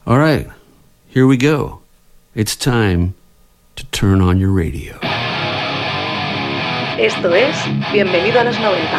All right, here we go. It's time to turn on your radio. Esto es Bienvenido a los 90.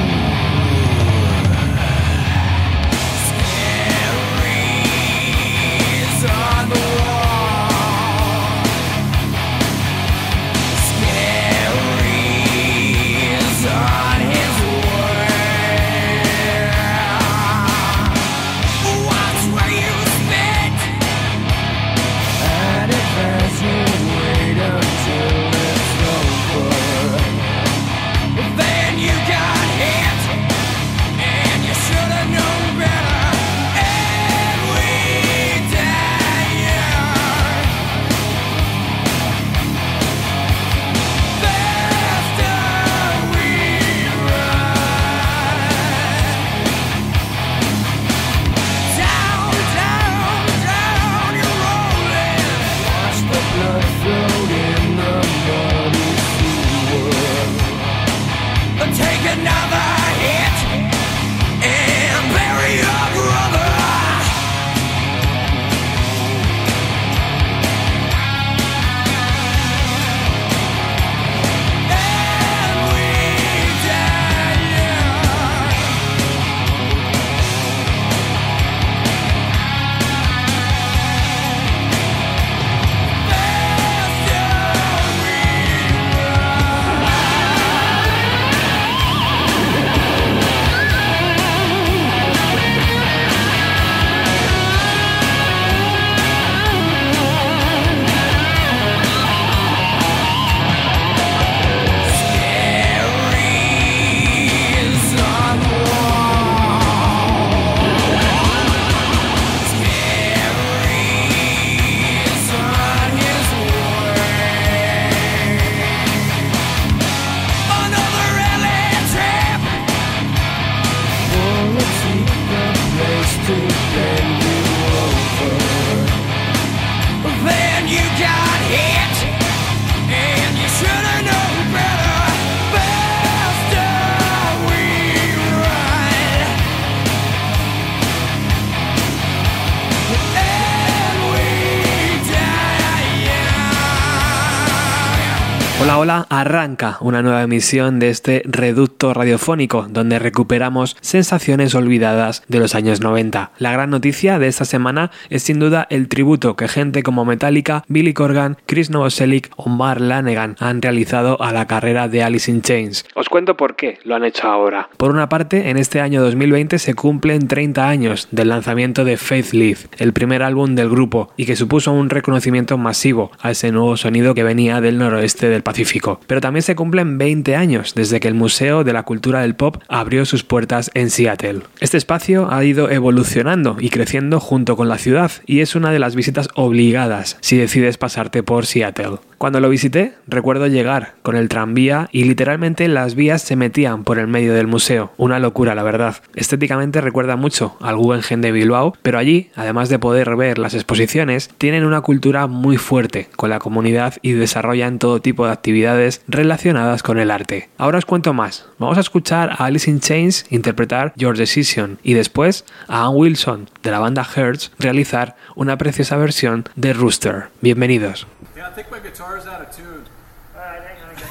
Hola, arranca una nueva emisión de este reducto radiofónico donde recuperamos sensaciones olvidadas de los años 90. La gran noticia de esta semana es sin duda el tributo que gente como Metallica, Billy Corgan, Chris Novoselic o Mark Lanegan han realizado a la carrera de Alice in Chains. Os cuento por qué lo han hecho ahora. Por una parte, en este año 2020 se cumplen 30 años del lanzamiento de Faith Live, el primer álbum del grupo, y que supuso un reconocimiento masivo a ese nuevo sonido que venía del noroeste del Pacífico. Pero también se cumplen 20 años desde que el Museo de la Cultura del Pop abrió sus puertas en Seattle. Este espacio ha ido evolucionando y creciendo junto con la ciudad y es una de las visitas obligadas si decides pasarte por Seattle. Cuando lo visité, recuerdo llegar con el tranvía y literalmente las vías se metían por el medio del museo. Una locura, la verdad. Estéticamente recuerda mucho al Guggenheim de Bilbao, pero allí, además de poder ver las exposiciones, tienen una cultura muy fuerte con la comunidad y desarrollan todo tipo de actividades relacionadas con el arte. Ahora os cuento más. Vamos a escuchar a Alice in Chains interpretar Your Decision y después a Ann Wilson de la banda Hertz realizar una preciosa versión de Rooster. Bienvenidos. Yeah, I think my guitar's out of tune. Alright, hang on again.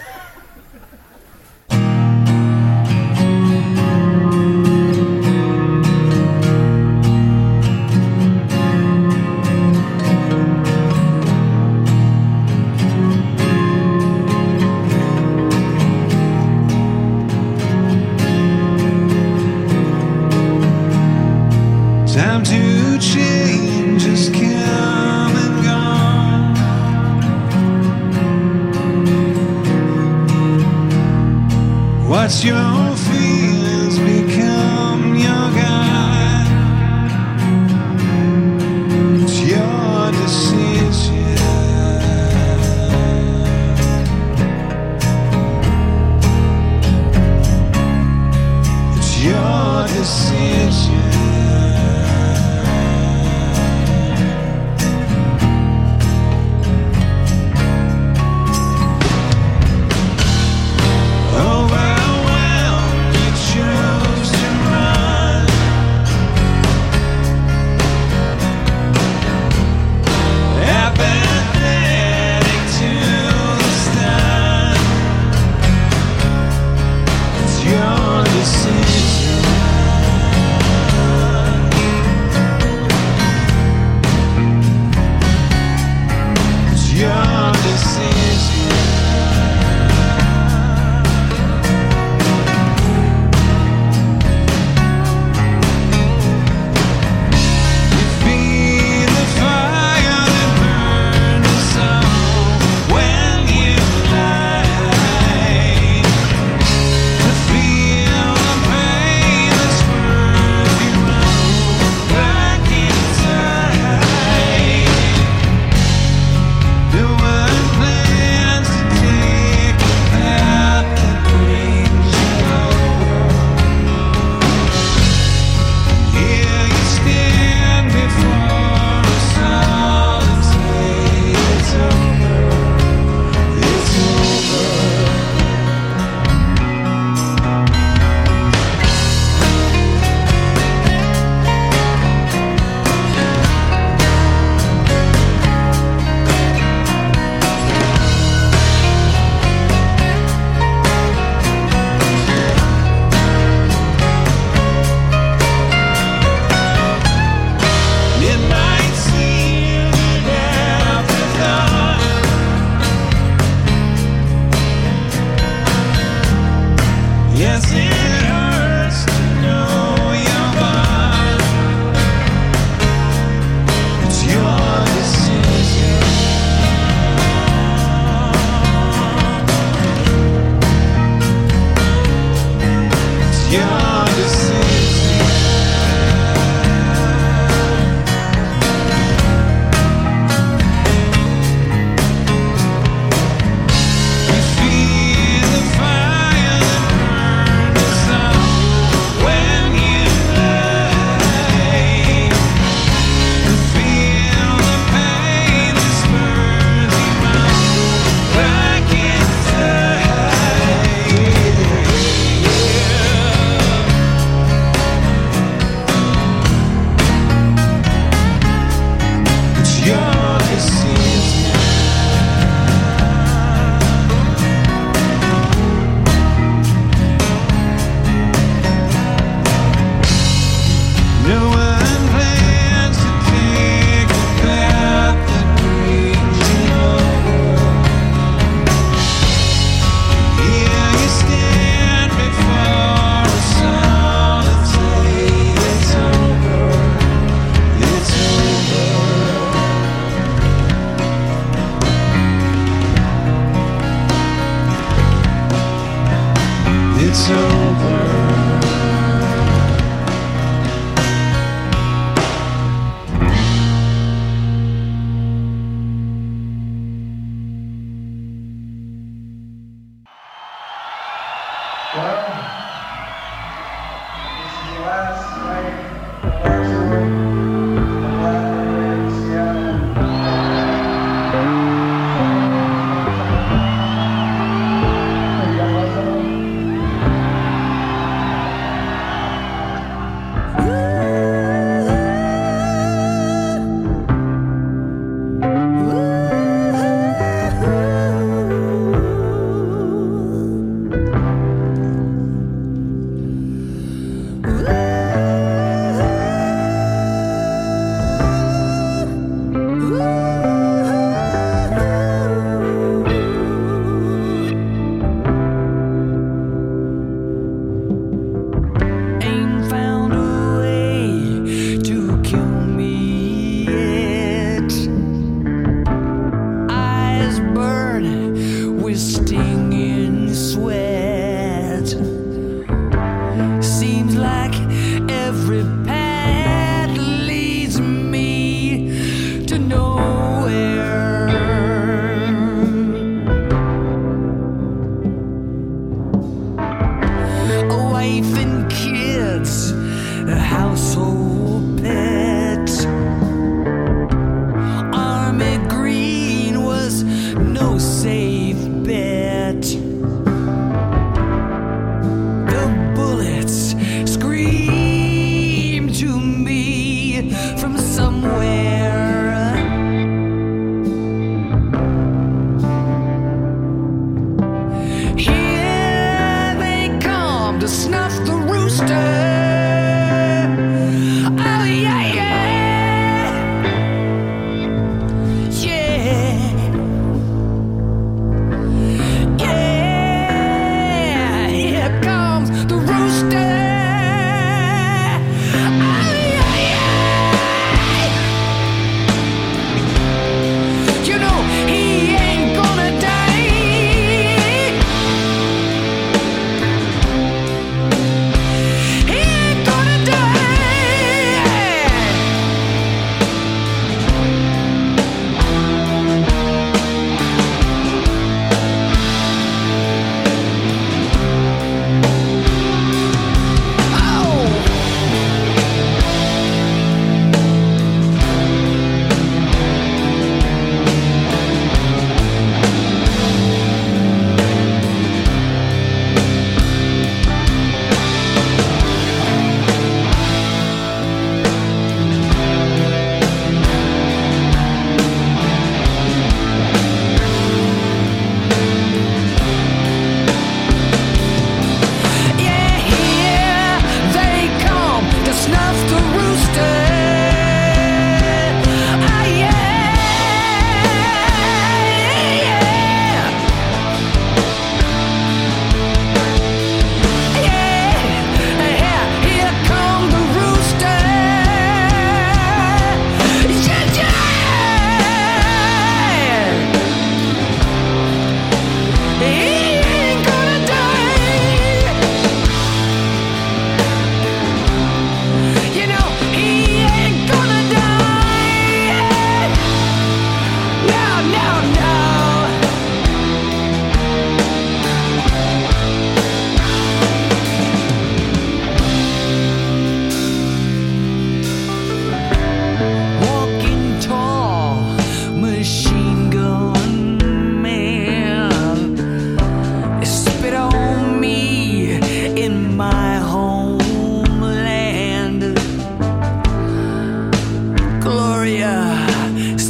Time to change has come and gone. What's your fears become your guide. It's your decision. It's your decision. Overwhelmed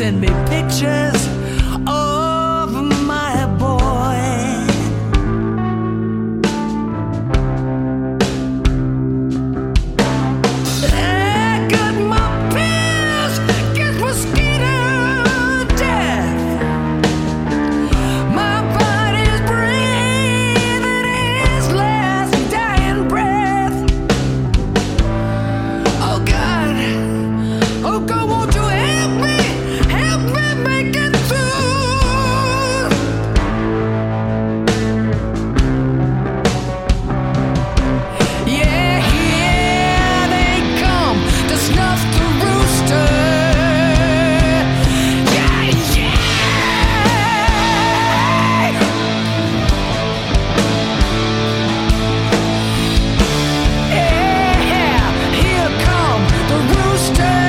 send me pictures of my boy. I got my pills against mosquito death. My body's breathing his last dying breath. Oh God, won't you help me make it through? Yeah, here they come to snuff the rooster. Yeah, yeah. Yeah, here come the rooster.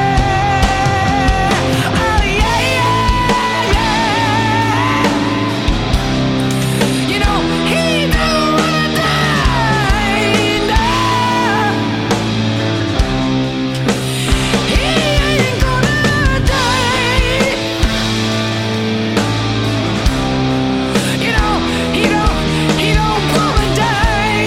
Oh yeah, yeah, yeah. You know he don't wanna die. No. He ain't gonna die. You know he don't wanna die.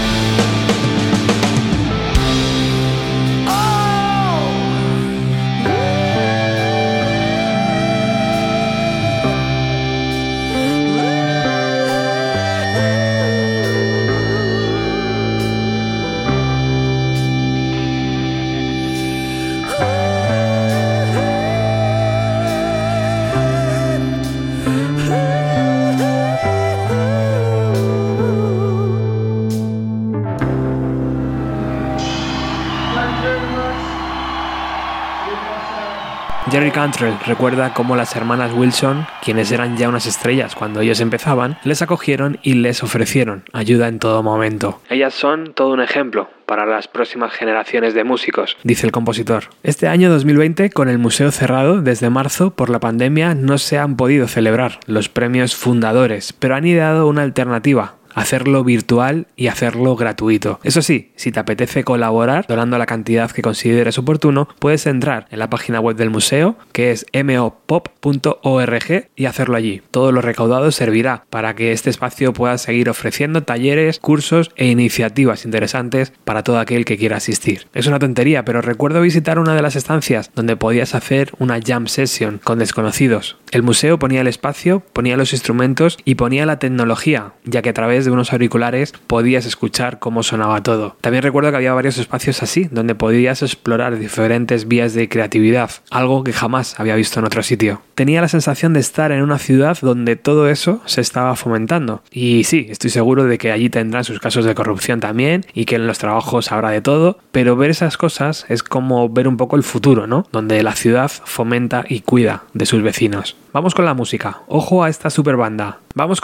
Jerry Cantrell recuerda cómo las hermanas Wilson, quienes eran ya unas estrellas cuando ellos empezaban, les acogieron y les ofrecieron ayuda en todo momento. Ellas son todo un ejemplo para las próximas generaciones de músicos, dice el compositor. Este año 2020, con el museo cerrado desde marzo por la pandemia, no se han podido celebrar los premios fundadores, pero han ideado una alternativa: hacerlo virtual y hacerlo gratuito. Eso sí, si te apetece colaborar donando la cantidad que consideres oportuno, puedes entrar en la página web del museo, que es mopop.org, y hacerlo allí. Todo lo recaudado servirá para que este espacio pueda seguir ofreciendo talleres, cursos e iniciativas interesantes para todo aquel que quiera asistir. Es una tontería, pero recuerdo visitar una de las estancias donde podías hacer una jam session con desconocidos. El museo ponía el espacio, ponía los instrumentos y ponía la tecnología, ya que a través de unos auriculares podías escuchar cómo sonaba todo. También recuerdo que había varios espacios así, donde podías explorar diferentes vías de creatividad, algo que jamás había visto en otro sitio. Tenía la sensación de estar en una ciudad donde todo eso se estaba fomentando. Y sí, estoy seguro de que allí tendrán sus casos de corrupción también, y que en los trabajos habrá de todo, pero ver esas cosas es como ver un poco el futuro, ¿no? Donde la ciudad fomenta y cuida de sus vecinos. Vamos con la música. Ojo a esta superbanda.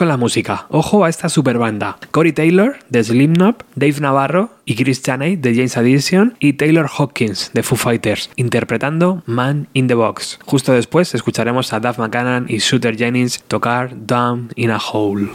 Corey Taylor de Slipknot, Dave Navarro y Chris Chaney de James Addiction y Taylor Hawkins de Foo Fighters, interpretando Man in the Box. Justo después escucharemos a Duff McKagan y Shooter Jennings tocar Down in a Hole.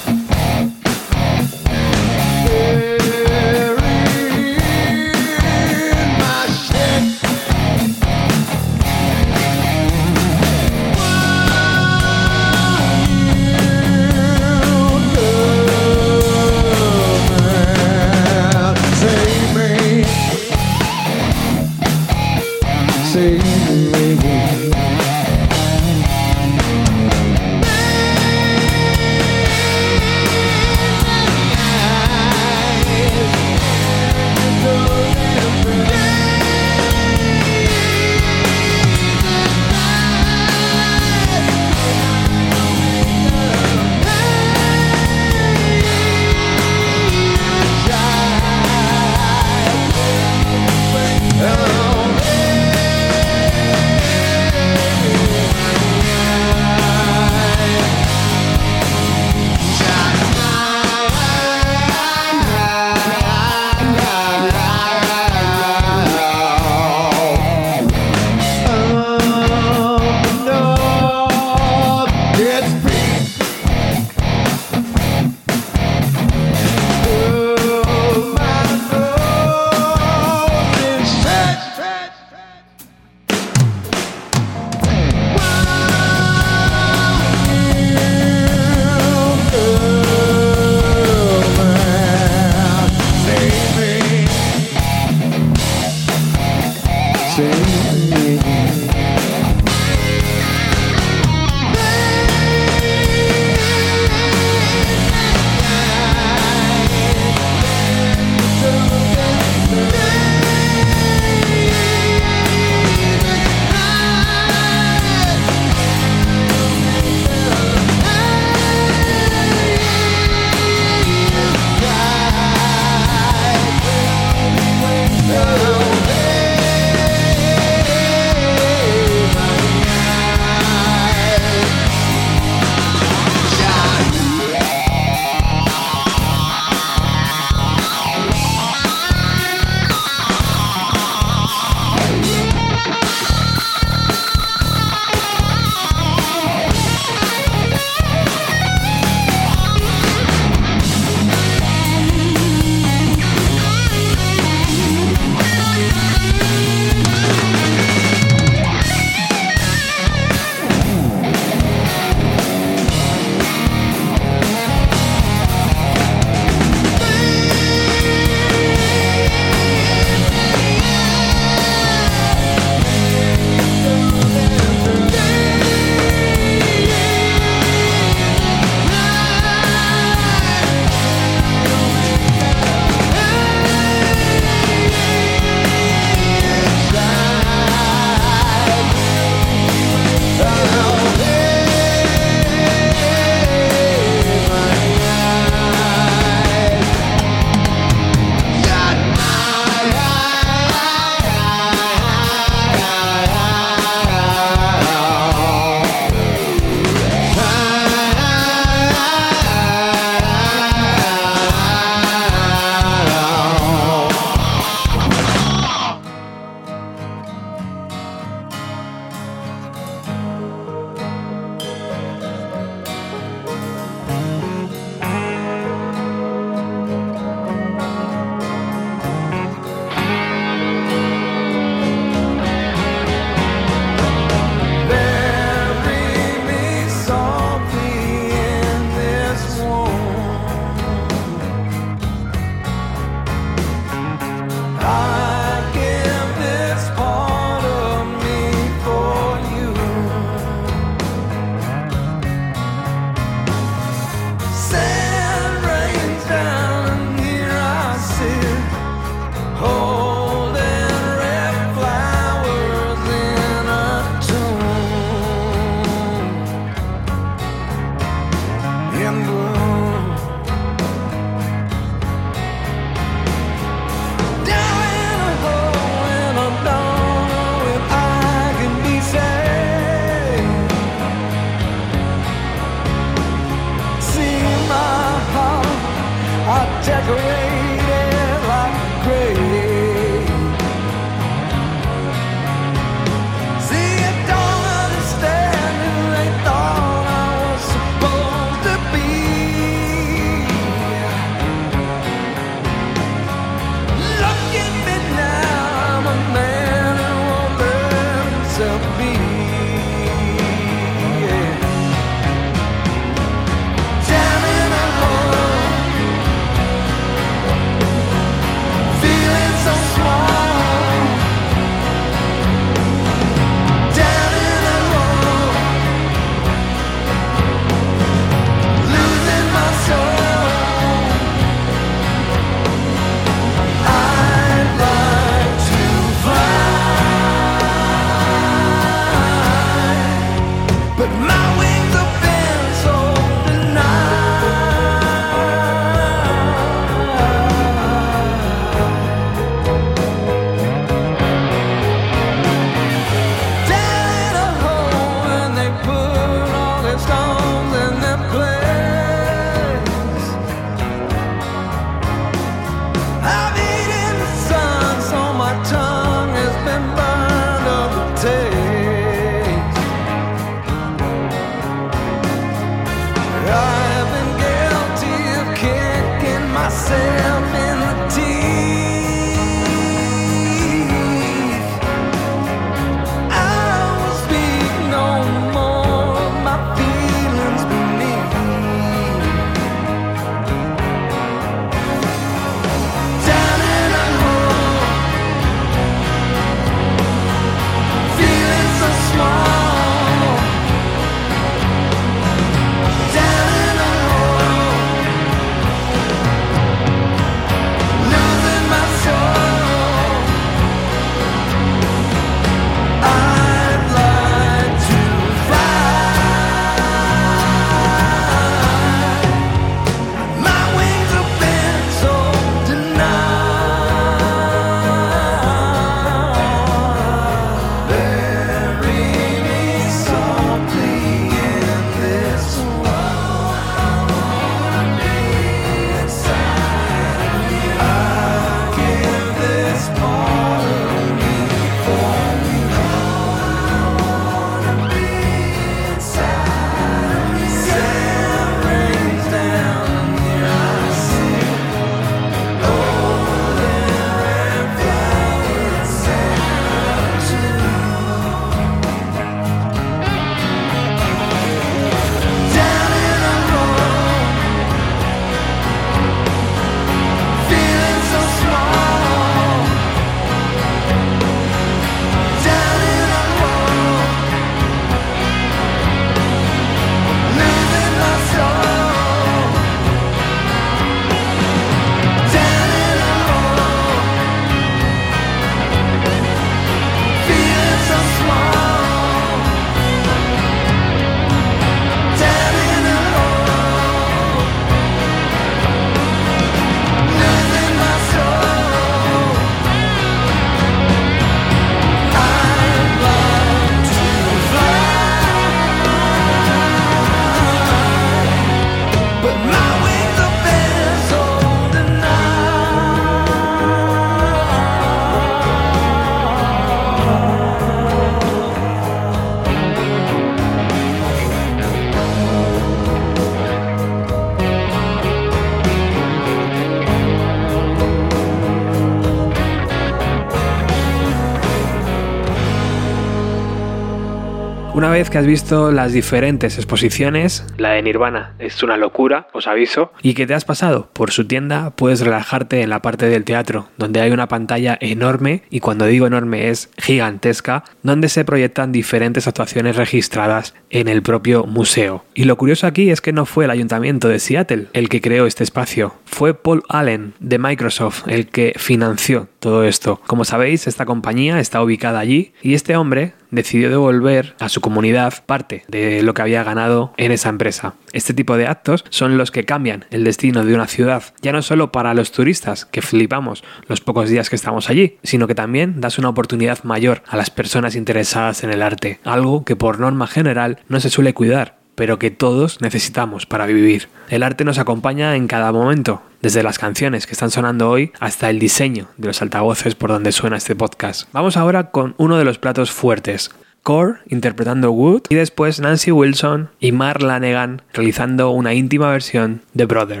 Una vez que has visto las diferentes exposiciones, la de Nirvana es una locura, os aviso, y que te has pasado por su tienda, puedes relajarte en la parte del teatro, donde hay una pantalla enorme, y cuando digo enorme es gigantesca, donde se proyectan diferentes actuaciones registradas en el propio museo. Y lo curioso aquí es que no fue el Ayuntamiento de Seattle el que creó este espacio, fue Paul Allen de Microsoft el que financió todo esto. Como sabéis, esta compañía está ubicada allí y este hombre decidió devolver a su comunidad parte de lo que había ganado en esa empresa. Este tipo de actos son los que cambian el destino de una ciudad, ya no solo para los turistas, que flipamos los pocos días que estamos allí, sino que también das una oportunidad mayor a las personas interesadas en el arte, algo que por norma general no se suele cuidar, pero que todos necesitamos para vivir. El arte nos acompaña en cada momento, desde las canciones que están sonando hoy hasta el diseño de los altavoces por donde suena este podcast. Vamos ahora con uno de los platos fuertes. Core interpretando Wood y después Nancy Wilson y Mark Lanegan realizando una íntima versión de Brother.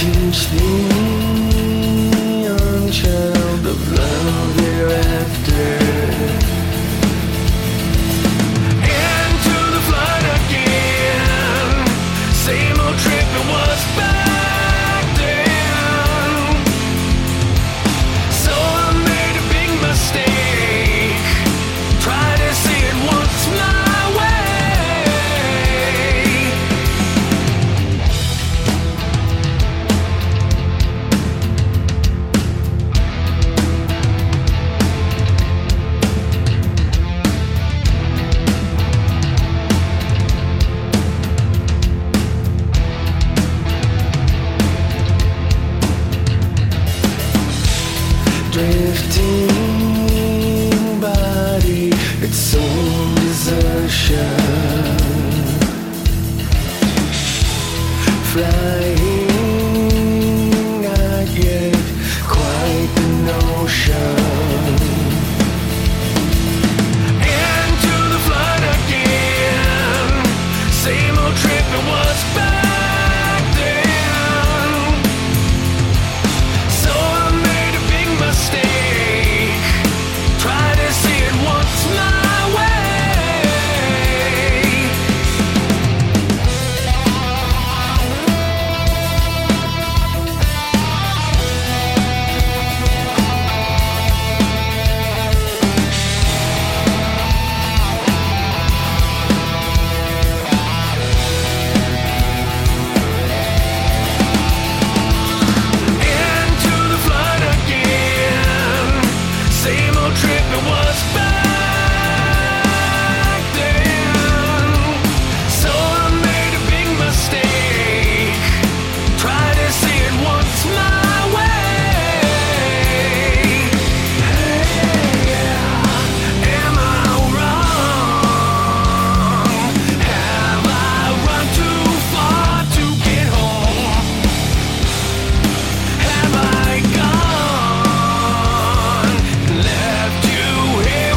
teach the young child of love hereafter. Into the flood again, same old trick that was back then. So I made a big mistake, try to see it once my way. Drifting body, its sole desertion. Flying, not yet quite the notion. Into the flood again, same old trick that was back then. So I made a big mistake, try to see it once my way. Into the flood again, same old trick that was back then. So I made a big mistake, try to see it once my way. Hey, am I wrong? Have I run too far to get home? Have I gone, left you here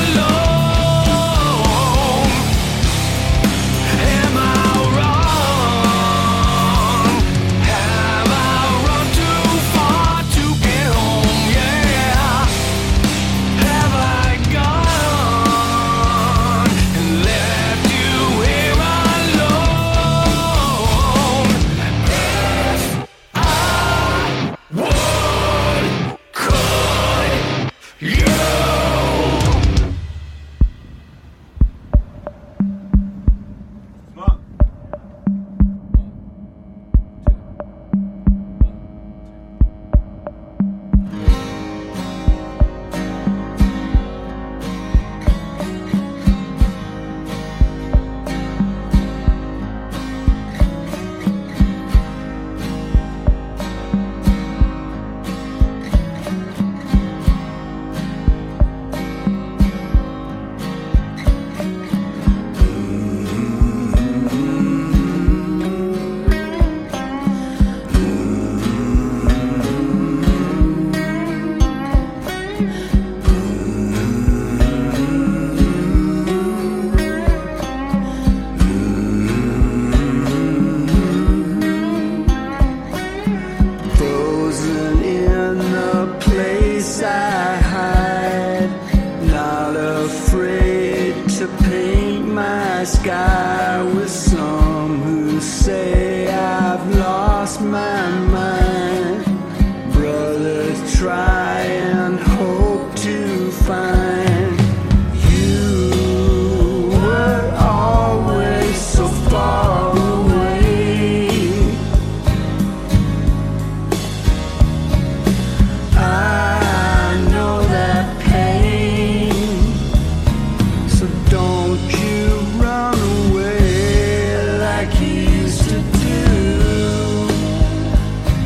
alone? Am I wrong? Have I run too far to get home? Yeah. Have I gone and left you here alone? If I would, could you? Frozen in the place I hide, not afraid to paint my sky with some who say I've lost my mind. Brothers try and hope to find you were always so far away. I know that pain, so don't you run away like you used to do.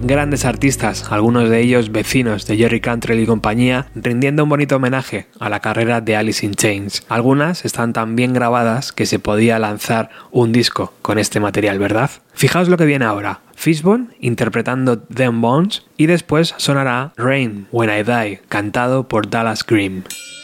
grandes artistas, algunos de ellos vecinos de Jerry Cantrell y compañía, rindiendo un bonito homenaje a la carrera de Alice in Chains. Algunas están tan bien grabadas que se podía lanzar un disco con este material, ¿verdad? Fijaos lo que viene ahora. Fishbone interpretando Them Bones y después sonará Rain When I Die, cantado por Dallas Green.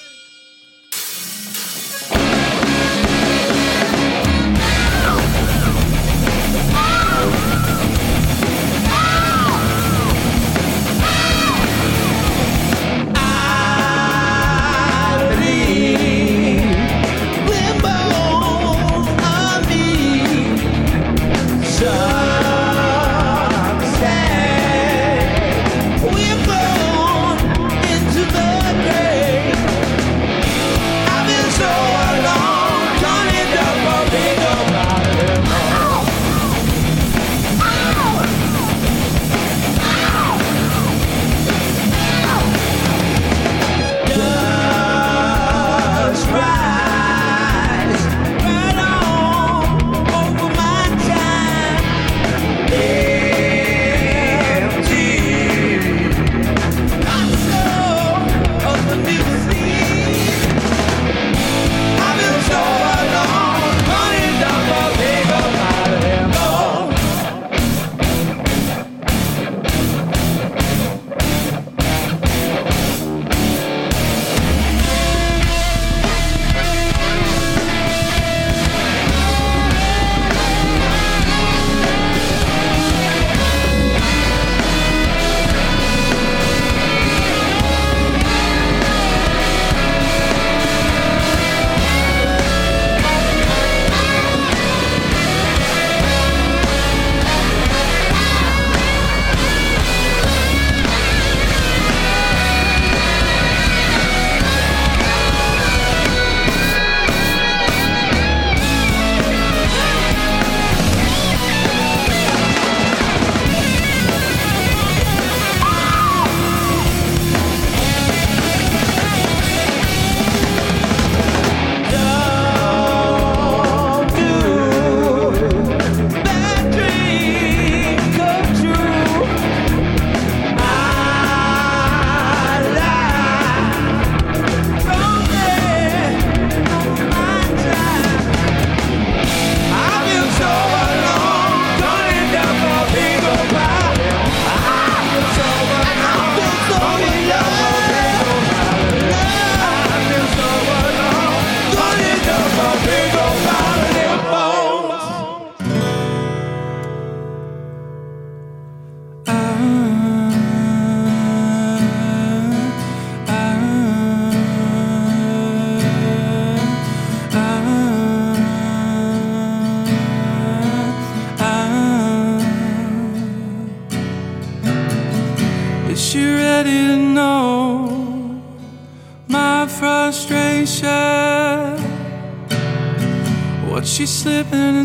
She's slipping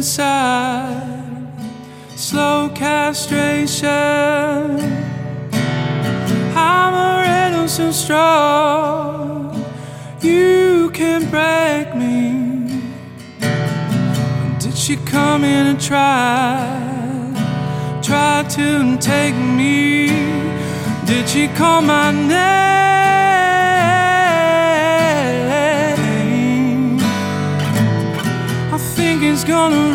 inside, slow castration. I'm a riddle so strong, you can't break me. Did she come in and try to take me? Did she call my name? It's gonna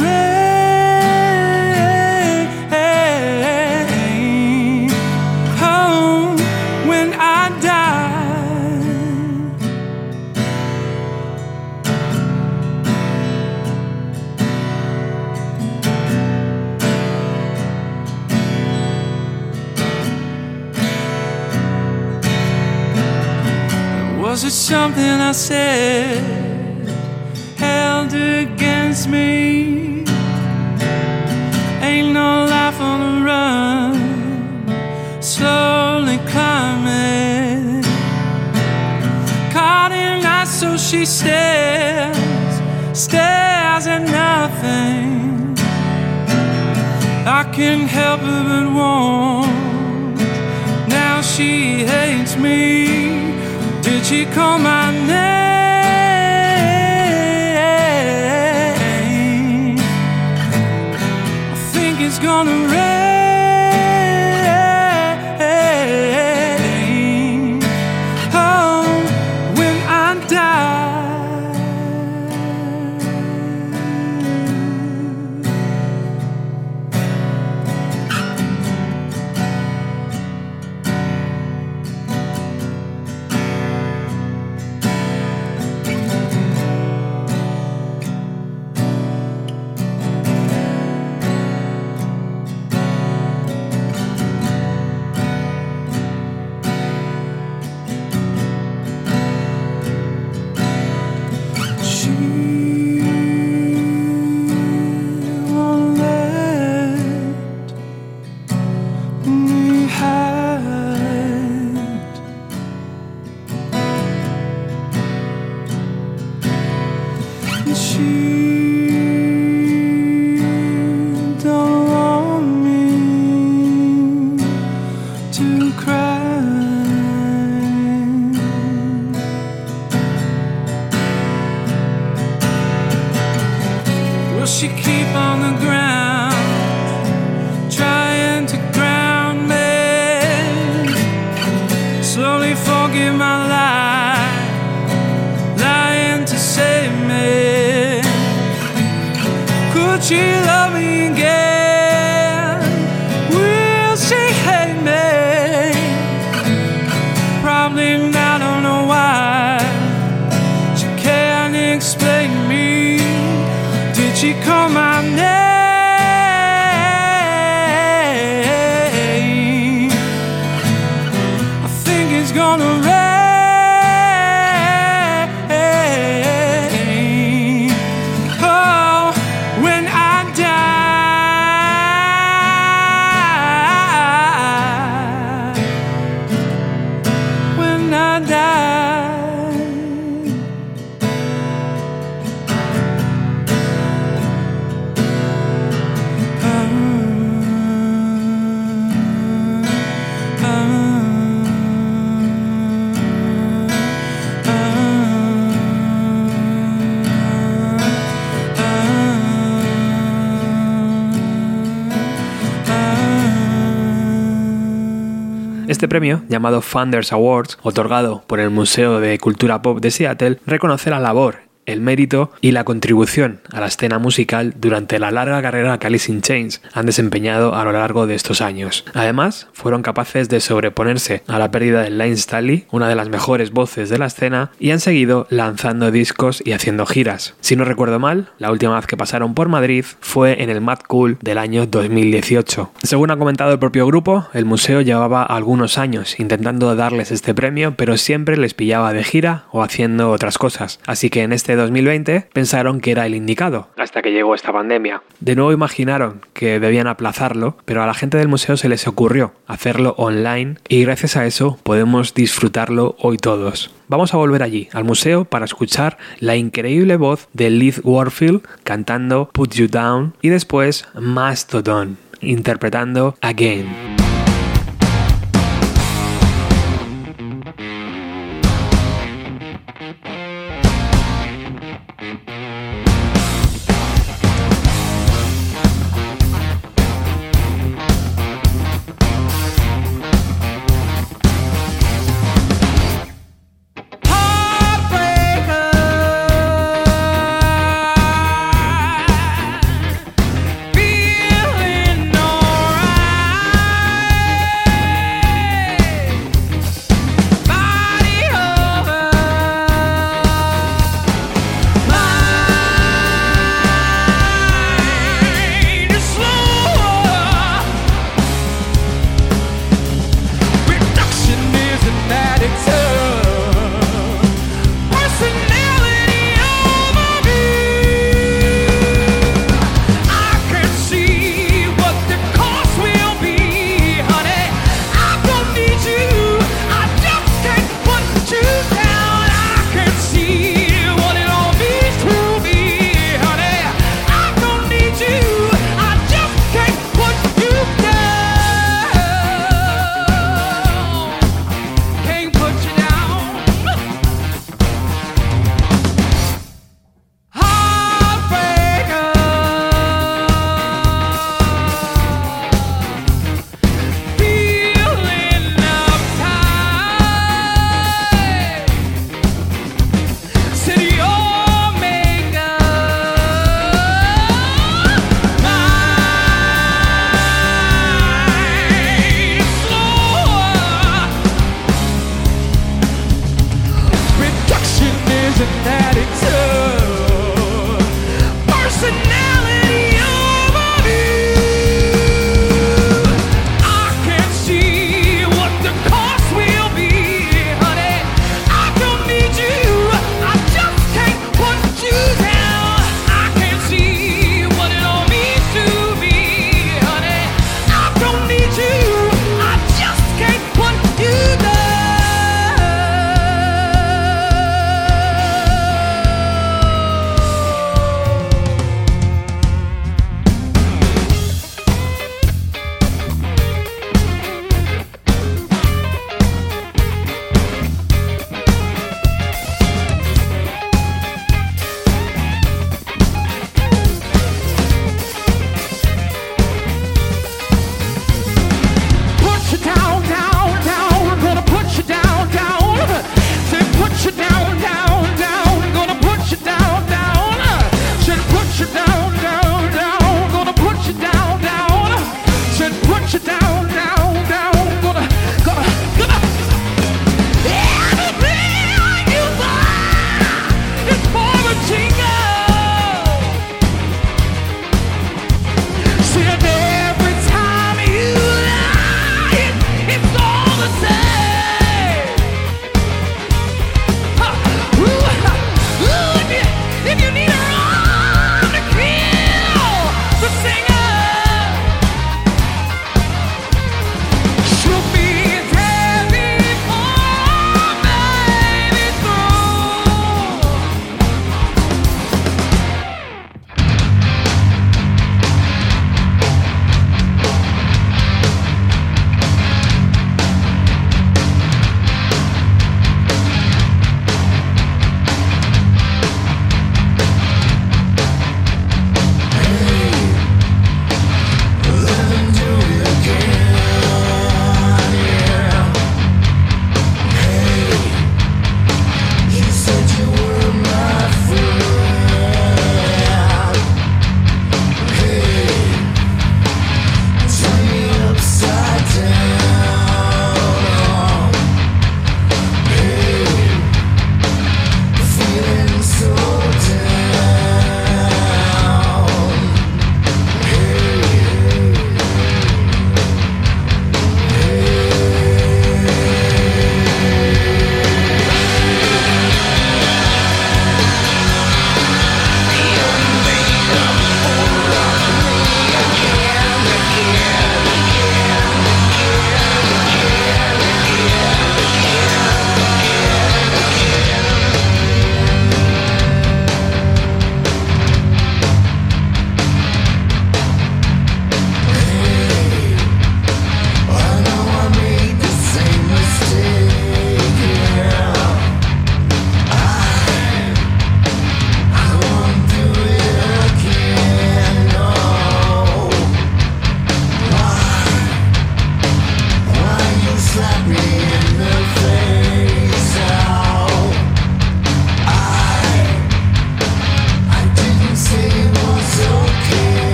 rain home when I die. Was it something I said held against me? Ain't no life on the run, slowly climbing. Caught in light, so she stares at nothing. I can't help her but want. Now she hates me. Did she call my name? It's gonna rain to cry. Will she keep on the ground, trying to ground me? Slowly forgive my lie, lying to save me. Could she love me again? Will she hate me? Probably not, I don't know why. She can't explain me. Did she call my name? I think it's gonna rain. Oh, when I die, when I die. Este premio, llamado Founders Awards, otorgado por el Museo de Cultura Pop de Seattle, reconoce la labor, el mérito y la contribución a la escena musical durante la larga carrera que Alice in Chains han desempeñado a lo largo de estos años. Además, fueron capaces de sobreponerse a la pérdida de Lane Staley, una de las mejores voces de la escena, y han seguido lanzando discos y haciendo giras. Si no recuerdo mal, la última vez que pasaron por Madrid fue en el Mad Cool del año 2018. Según ha comentado el propio grupo, el museo llevaba algunos años intentando darles este premio, pero siempre les pillaba de gira o haciendo otras cosas. Así que en este 2020 pensaron que era el indicado, hasta que llegó esta pandemia. De nuevo imaginaron que debían aplazarlo, pero a la gente del museo se les ocurrió hacerlo online y gracias a eso podemos disfrutarlo hoy todos. Vamos a volver allí, al museo, para escuchar la increíble voz de Liz Warfield cantando Put You Down y después Mastodon interpretando Again. Feeling alright.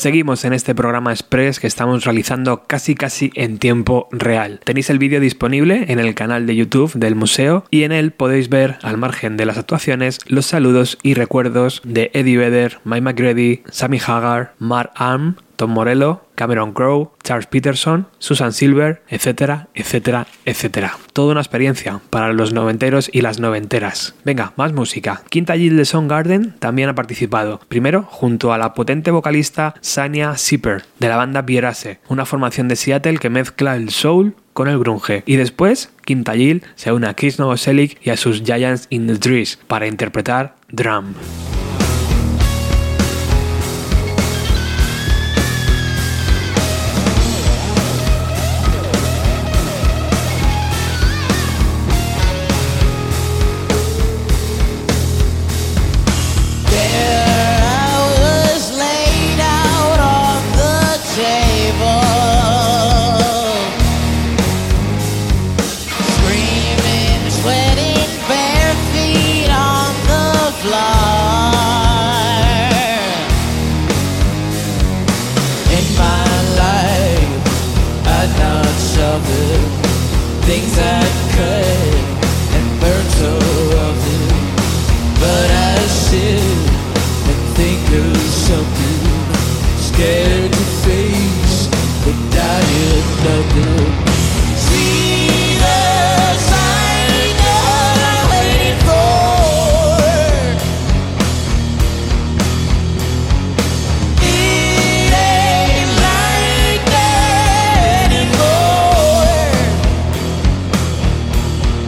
Seguimos en este programa express que estamos realizando casi en tiempo real. Tenéis el vídeo disponible en el canal de YouTube del museo y en él podéis ver, al margen de las actuaciones, los saludos y recuerdos de Eddie Vedder, Mike McGrady, Sammy Hagar, Mark Arm, Tom Morello, Cameron Crowe, Charles Peterson, Susan Silver, etcétera, etcétera, etcétera. Toda una experiencia para los noventeros y las noventeras. Venga, más música. Quinta Jill de Soundgarden también ha participado. Primero, junto a la potente vocalista Sanya Zipper, de la banda Bierace, una formación de Seattle que mezcla el soul con el grunge. Y después, Quinta Jill se une a Chris Novoselic y a sus Giants in the Trees para interpretar Drum. Things that cut and burn so often, but I sit and think of something, scared to face the dying of them. See the sign that I'm waiting for. It ain't like that anymore.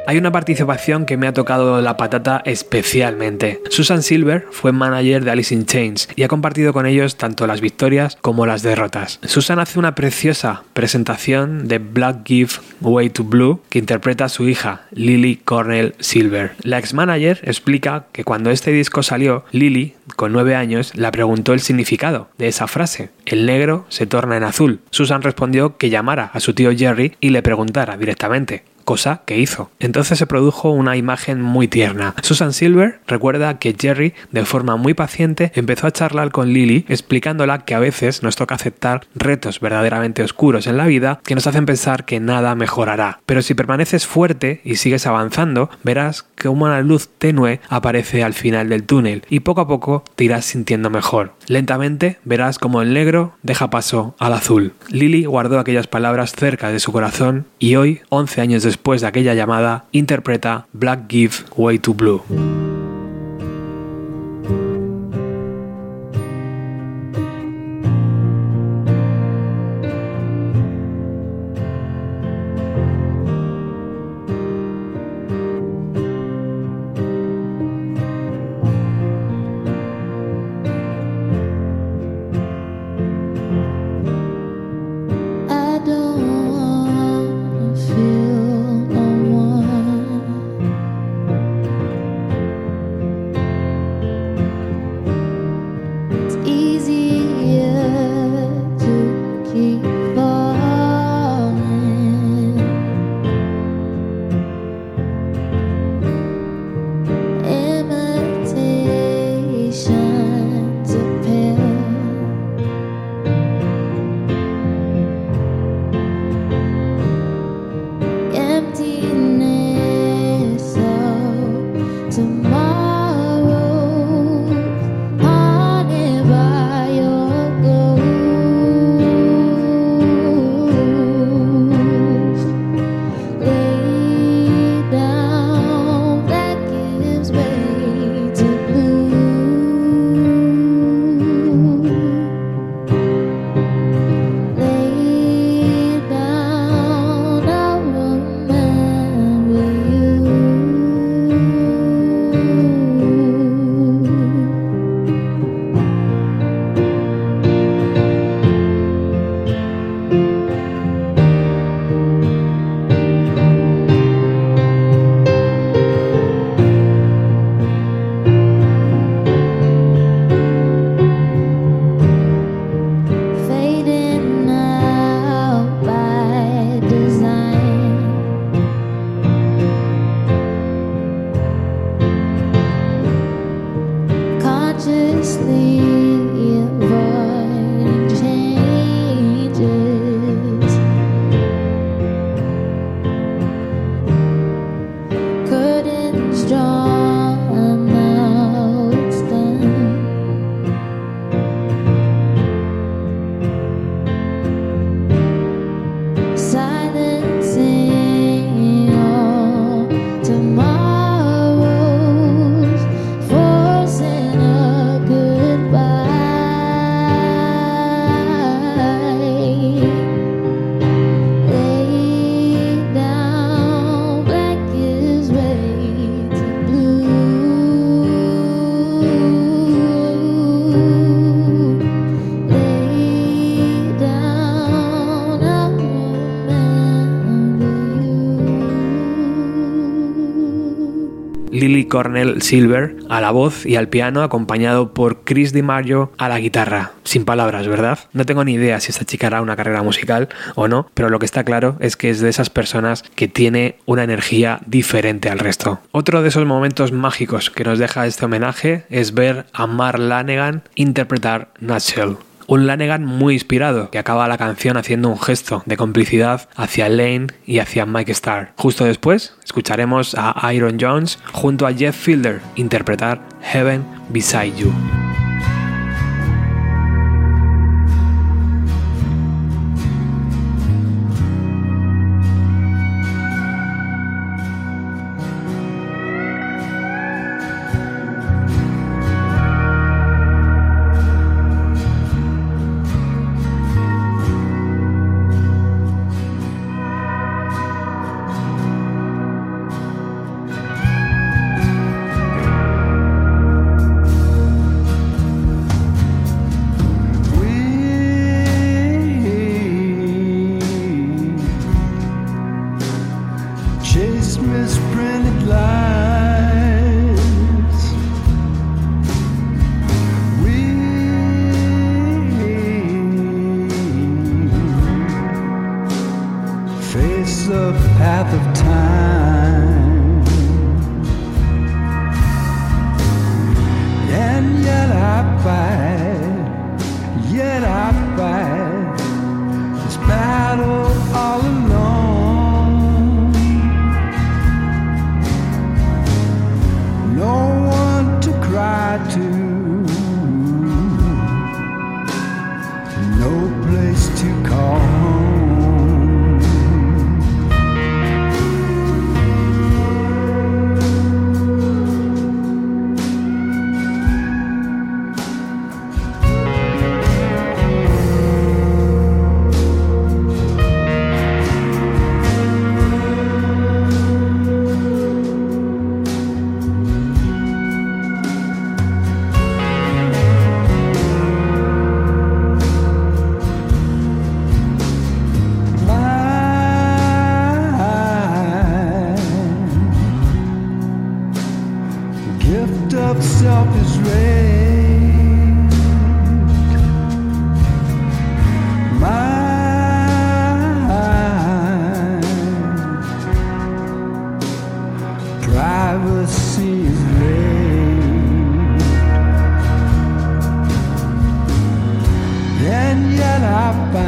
Hay una participación que me ha tocado la patata especialmente. Susan Silver fue manager de Alice in Chains y ha compartido con ellos tanto las victorias como las derrotas. Susan hace una preciosa presentación de Black Give Way to Blue que interpreta a su hija, Lily Cornell Silver. La ex-manager explica que cuando este disco salió, Lily, con 9 años, le preguntó el significado de esa frase. El negro se torna en azul. Susan respondió que llamara a su tío Jerry y le preguntara directamente, cosa que hizo. Entonces se produjo una imagen muy tierna. Susan Silver recuerda que Jerry, de forma muy paciente, empezó a charlar con Lily, explicándola que a veces nos toca aceptar retos verdaderamente oscuros en la vida que nos hacen pensar que nada mejorará. Pero si permaneces fuerte y sigues avanzando, verás que una luz tenue aparece al final del túnel y poco a poco te irás sintiendo mejor. Lentamente verás como el negro deja paso al azul. Lily guardó aquellas palabras cerca de su corazón y hoy, 11 años después de aquella llamada, interpreta Black Give Way to Blue. Lily Cornell Silver a la voz y al piano, acompañado por Chris DiMaggio a la guitarra. Sin palabras, ¿verdad? No tengo ni idea si esta chica hará una carrera musical o no, pero lo que está claro es que es de esas personas que tiene una energía diferente al resto. Otro de esos momentos mágicos que nos deja este homenaje es ver a Mark Lanegan interpretar Nutshell. Un Lanegan muy inspirado, que acaba la canción haciendo un gesto de complicidad hacia Lane y hacia Mike Starr. Justo después escucharemos a Iron Jones junto a Jeff Fielder interpretar Heaven Beside You. face the path of time, and yet I fight this battle all alone. No one to cry to, no place to call home. Self is raised. Mine privacy is raised, and yet I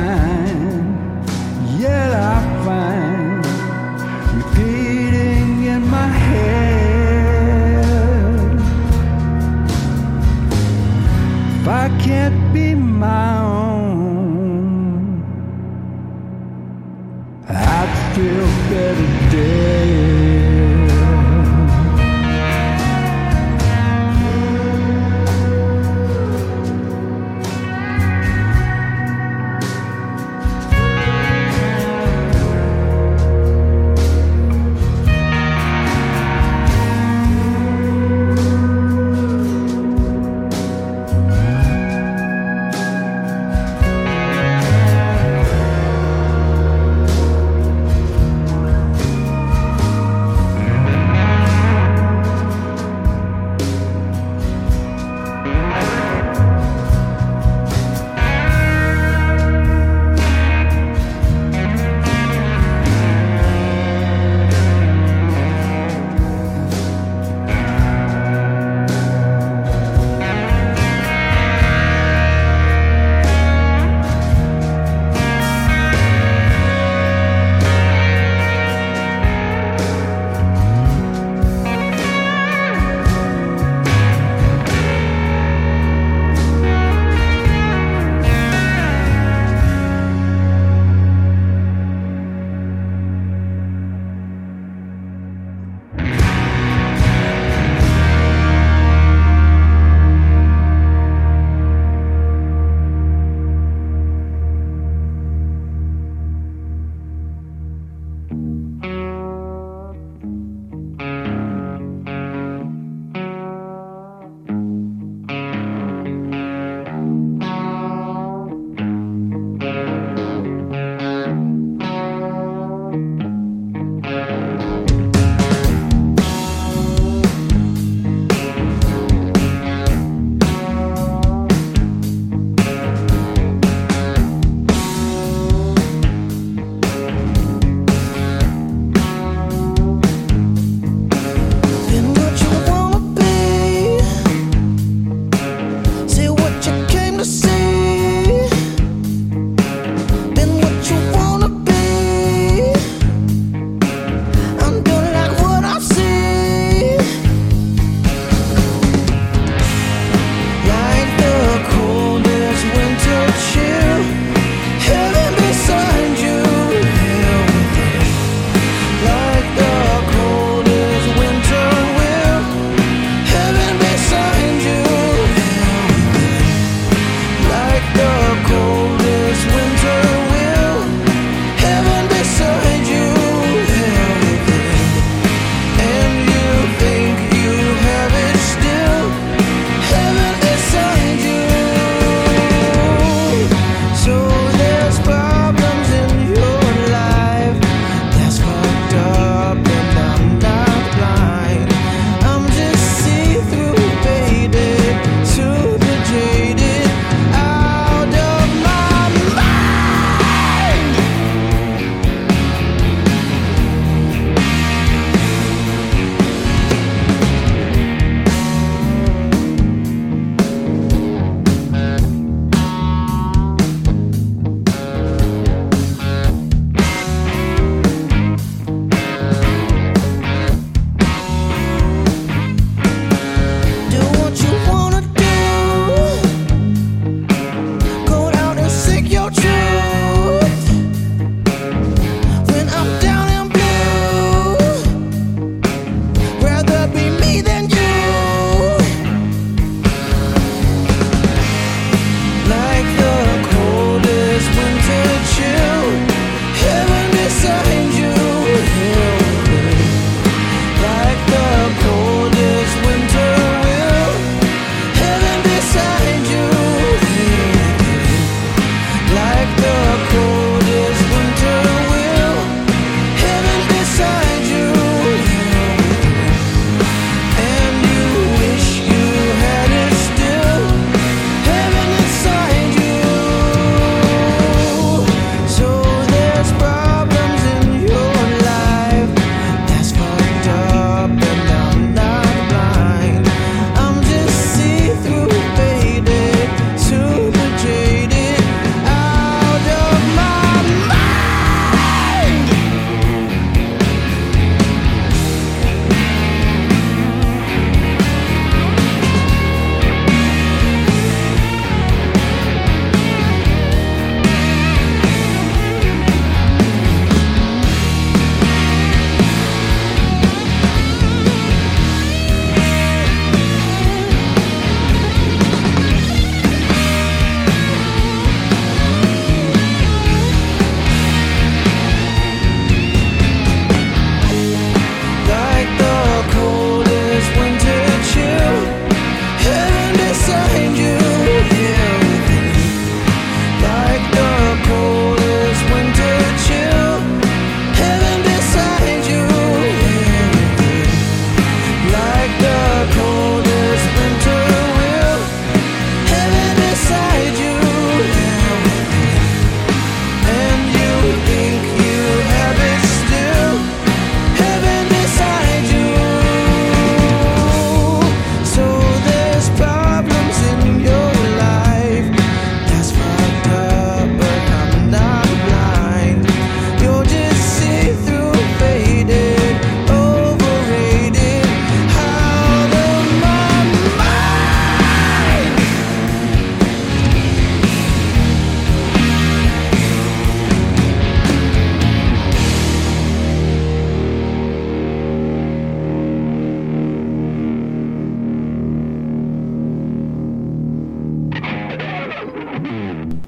find repeating in my head. If I can't be my own, I'd feel better dead.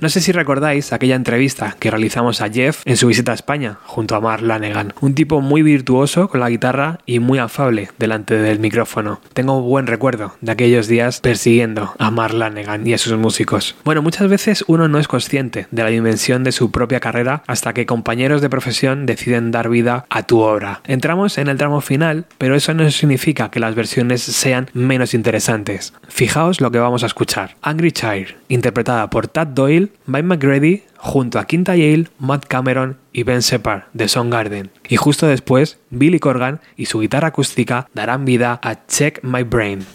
No sé si recordáis aquella entrevista que realizamos a Jeff en su visita a España junto a Mark Lanegan, un tipo muy virtuoso con la guitarra y muy afable delante del micrófono. Tengo buen recuerdo de aquellos días persiguiendo a Mark Lanegan y a sus músicos. Bueno, muchas veces uno no es consciente de la dimensión de su propia carrera hasta que compañeros de profesión deciden dar vida a tu obra. Entramos en el tramo final, pero eso no significa que las versiones sean menos interesantes. Fijaos lo que vamos a escuchar. Angry Child, interpretada por Tad Doyle, Mike McGrady, junto a Quinta Yale, Matt Cameron y Ben Shepard de Soundgarden. Y justo después, Billy Corgan y su guitarra acústica darán vida a Check My Brain.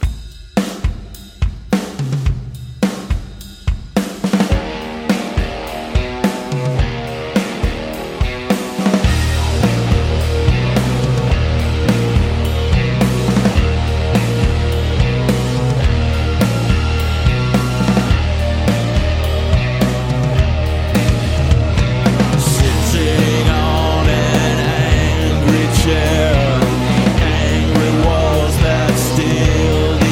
Angry walls that still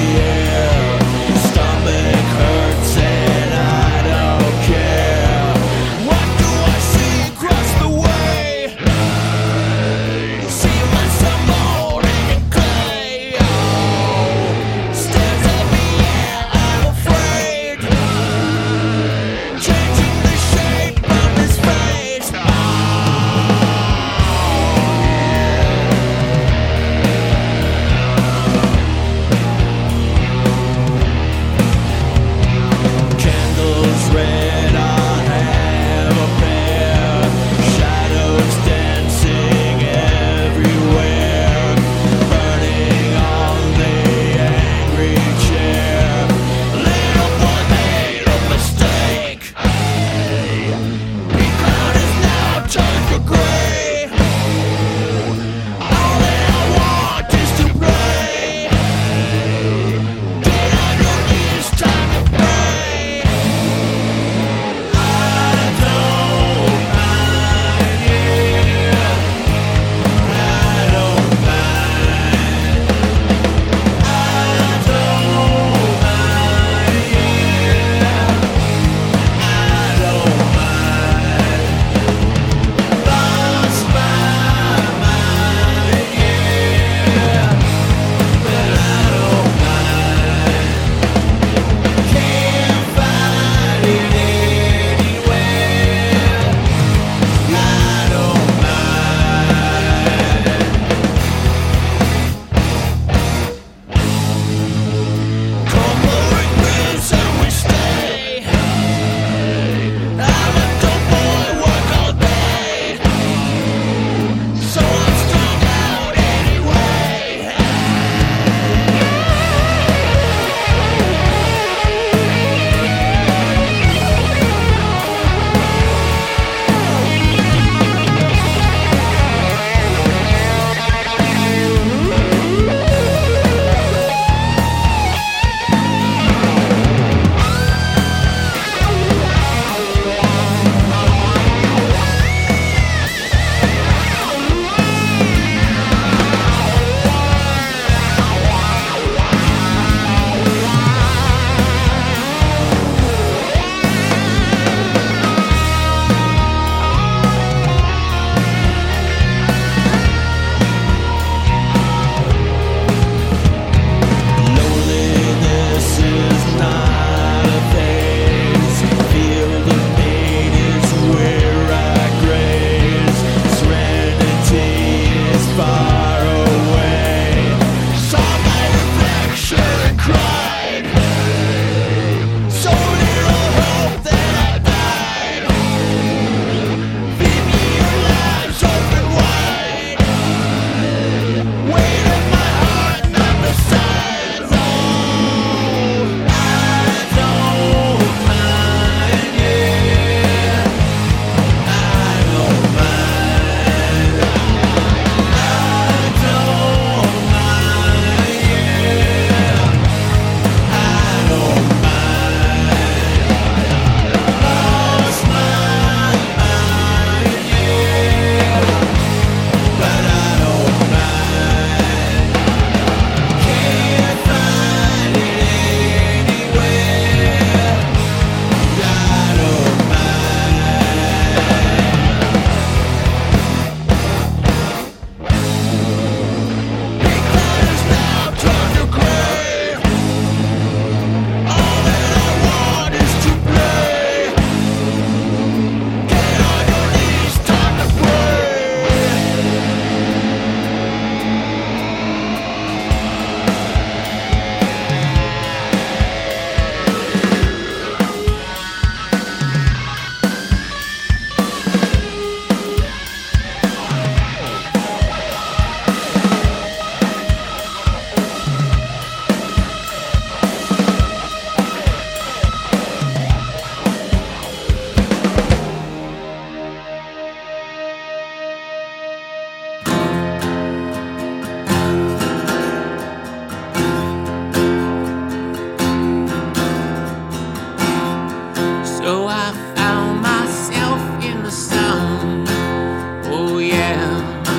yeah.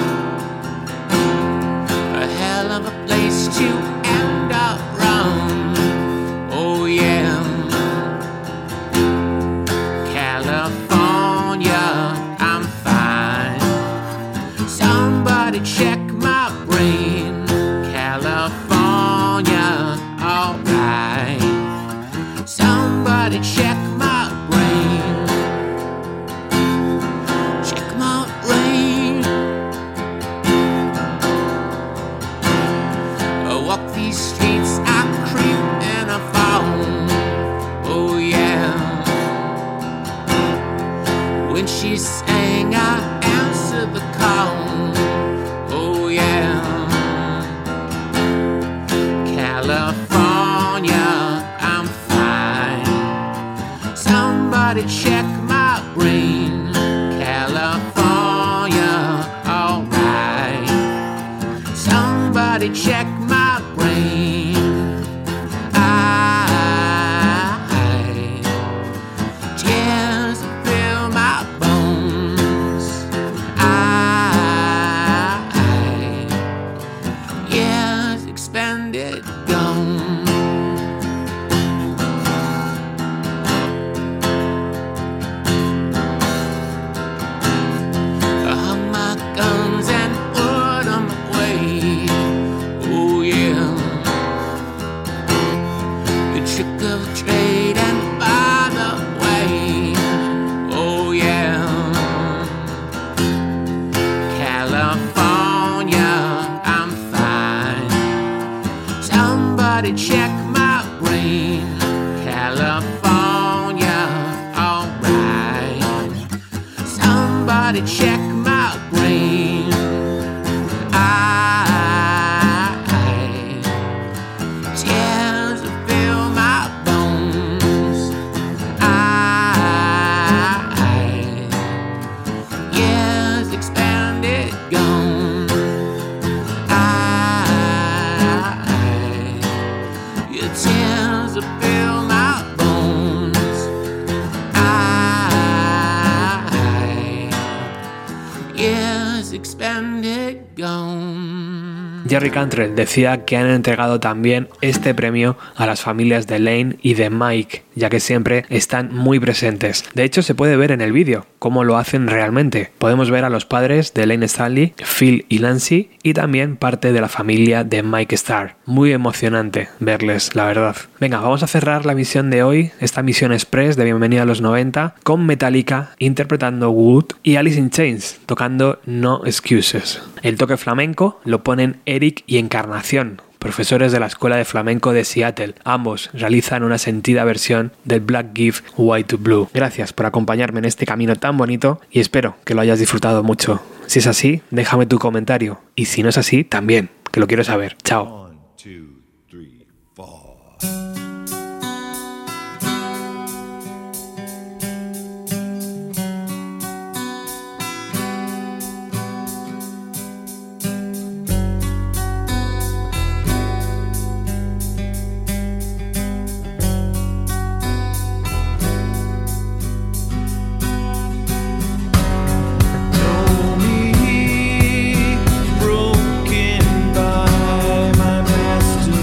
A hell of a place to end up wrong. Oh yeah. California, I'm fine. Somebody check my brain. California, alright. Somebody check my brain. Check my brain. I walk these streets, I creep and I fall. Oh yeah. When she sang, I answered the call. Oh yeah. California, I'm fine. Somebody check my brain. California, alright. Somebody check my brain. Tears fill my bones. Years expended, gone. I hung my guns and put them away. Oh yeah. The trick of trade and by the way. Oh yeah. California, I'm fine. Somebody check my brain. California, alright. Somebody check my brain. Tears fill my bones. Years expanded, gone. Your tears fill my bones. Years expanded, gone. Jerry Cantrell decía que han entregado también este premio a las familias de Lane y de Mike, ya que siempre están muy presentes. De hecho, se puede ver en el vídeo cómo lo hacen realmente. Podemos ver a los padres de Lane Stanley, Phil y Nancy, y también parte de la familia de Mike Starr. Muy emocionante verles, la verdad. Venga, vamos a cerrar la misión de hoy, esta misión express de Bienvenida a los 90, con Metallica interpretando Wood y Alice in Chains tocando No Excuses. El toque flamenco lo ponen Eric y Encarnación, profesores de la Escuela de Flamenco de Seattle. Ambos realizan una sentida versión del Black Gift White to Blue. Gracias por acompañarme en este camino tan bonito y espero que lo hayas disfrutado mucho. Si es así, déjame tu comentario. Y si no es así, también, que lo quiero saber. Chao. 1, 2, 3, 4. Broken by my master.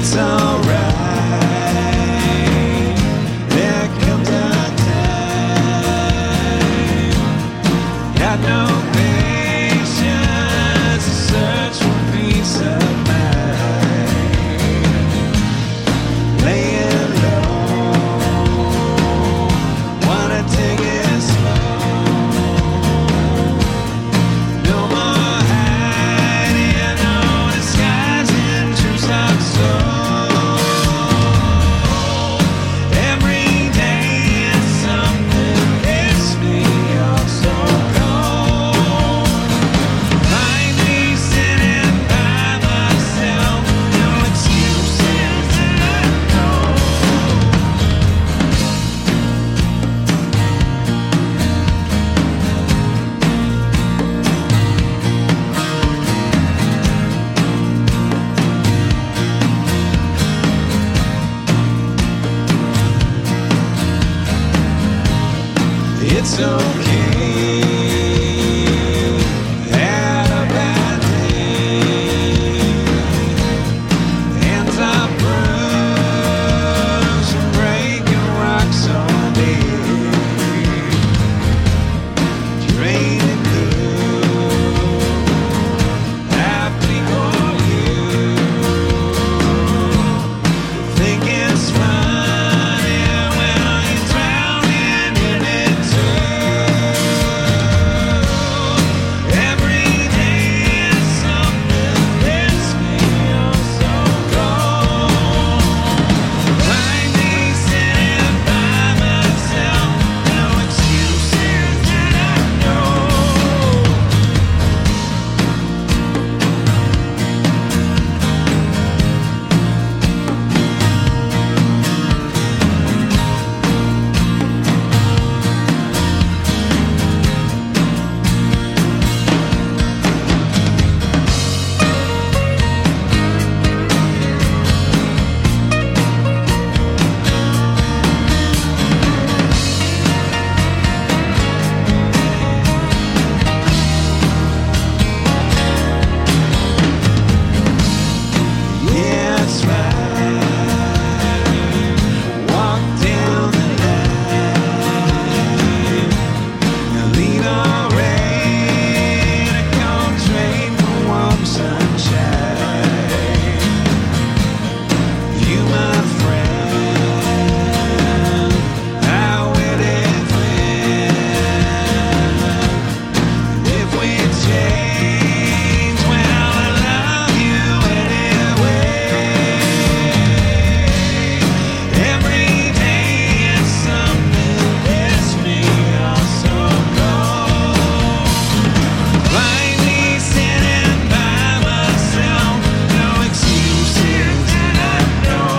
It's alright. There comes a time. Got no patience to search for peace of mind. Laying low, wanna take it slow. No more hiding, no disguising truths of soul. Every day is something hits me all so cold. Find me sitting by myself, no excuses and I know. It's okay. Had a bad day. Hands are bruised from breaking rocks all day. Draining blue. Happy for you. Think it's funny when you're drowning in it too. Every day is something hits me oh so cold. Find me sitting by myself, no excuses that I know. Yeah, that's right. Walk down the line. Lead or rain, I can't trade for warm sunshine. You, my friend, how will it end? If we change, well, I love you anyway. Every day is something hits me all so cold. Find me sitting by myself, no excuses that I know.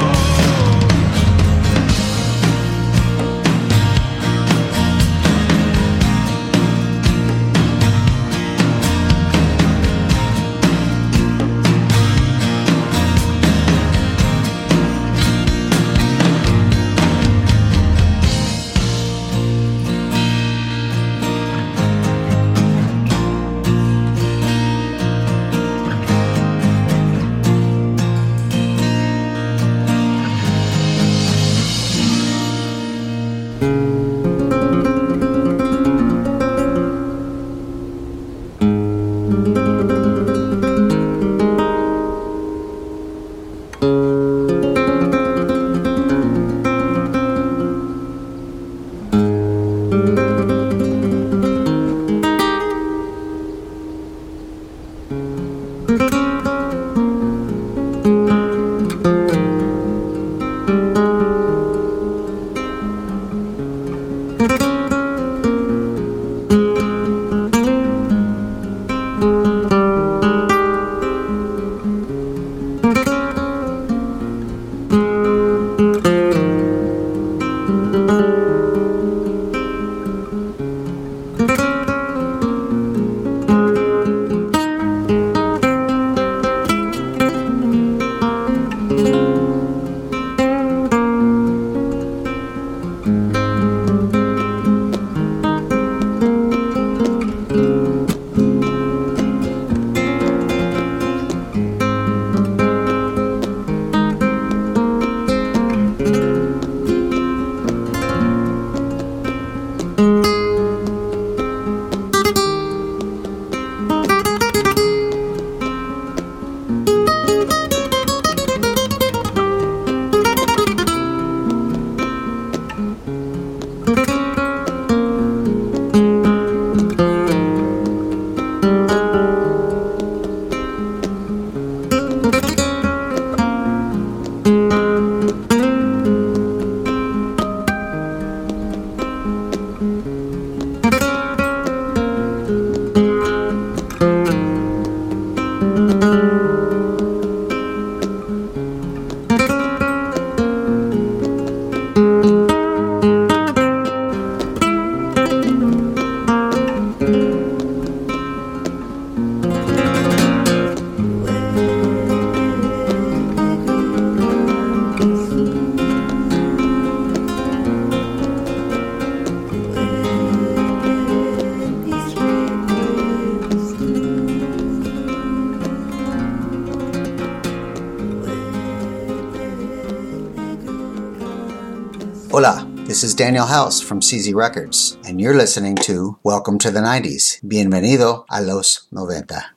Hola, this is Daniel House from CZ Records, and you're listening to Welcome to the 90s. Bienvenido a los 90.